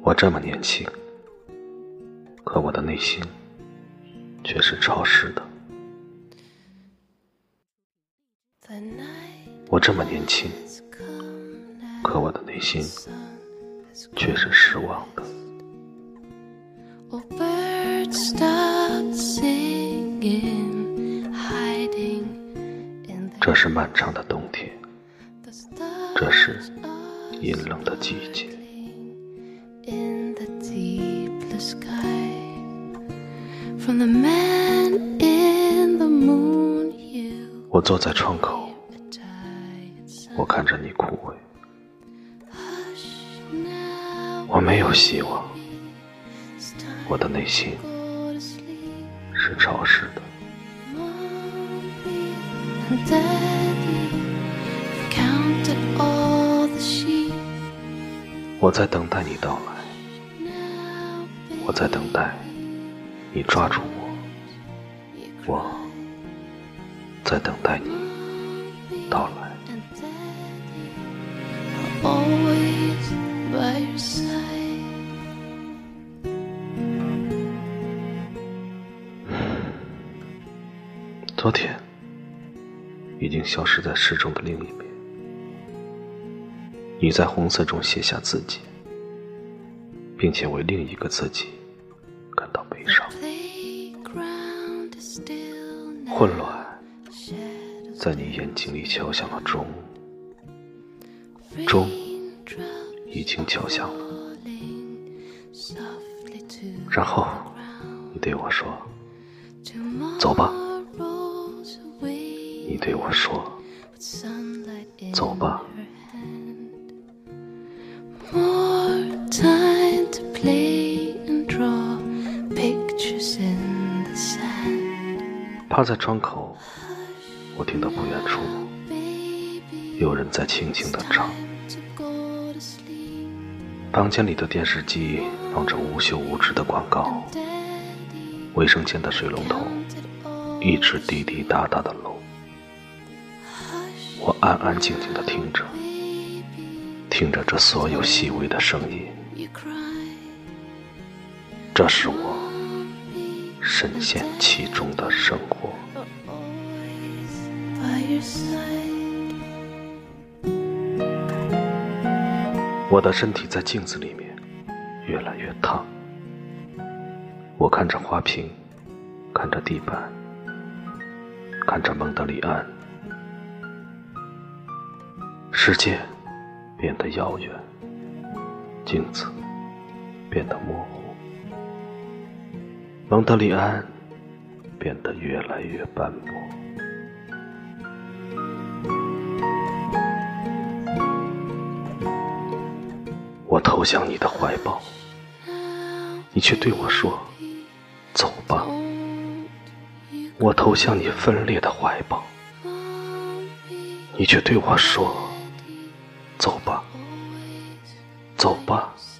我这么年轻，可我的内心却是潮湿的。我这么年轻，可我的内心却是失望的。这是漫长的冬天，这是阴冷的季节。我坐在窗口，我看着你枯萎，我没有希望，我的内心是潮湿的。我在等待你到来，我在等待你抓住我，我在等待你到来。昨天已经消失在诗中的另一边，你在红色中写下自己，并且为另一个自己感到悲伤。混乱在你眼睛里敲响了钟，钟已经敲响了，然后你对我说走吧，你对我说走吧。趴在窗口，我听到不远处有人在轻轻地唱。房间里的电视机放着无休无止的广告，卫生间的水龙头一直滴滴答答地漏。我安安静静地听着，听着这所有细微的声音，这是我深陷其中的生活。我的身体在镜子里面越来越烫，我看着花瓶，看着地板，看着蒙德里安，世界变得遥远，镜子变得模糊，蒙德里安变得越来越斑驳。我投向你的怀抱，你却对我说走吧。我投向你分裂的怀抱，你却对我说走吧，走吧。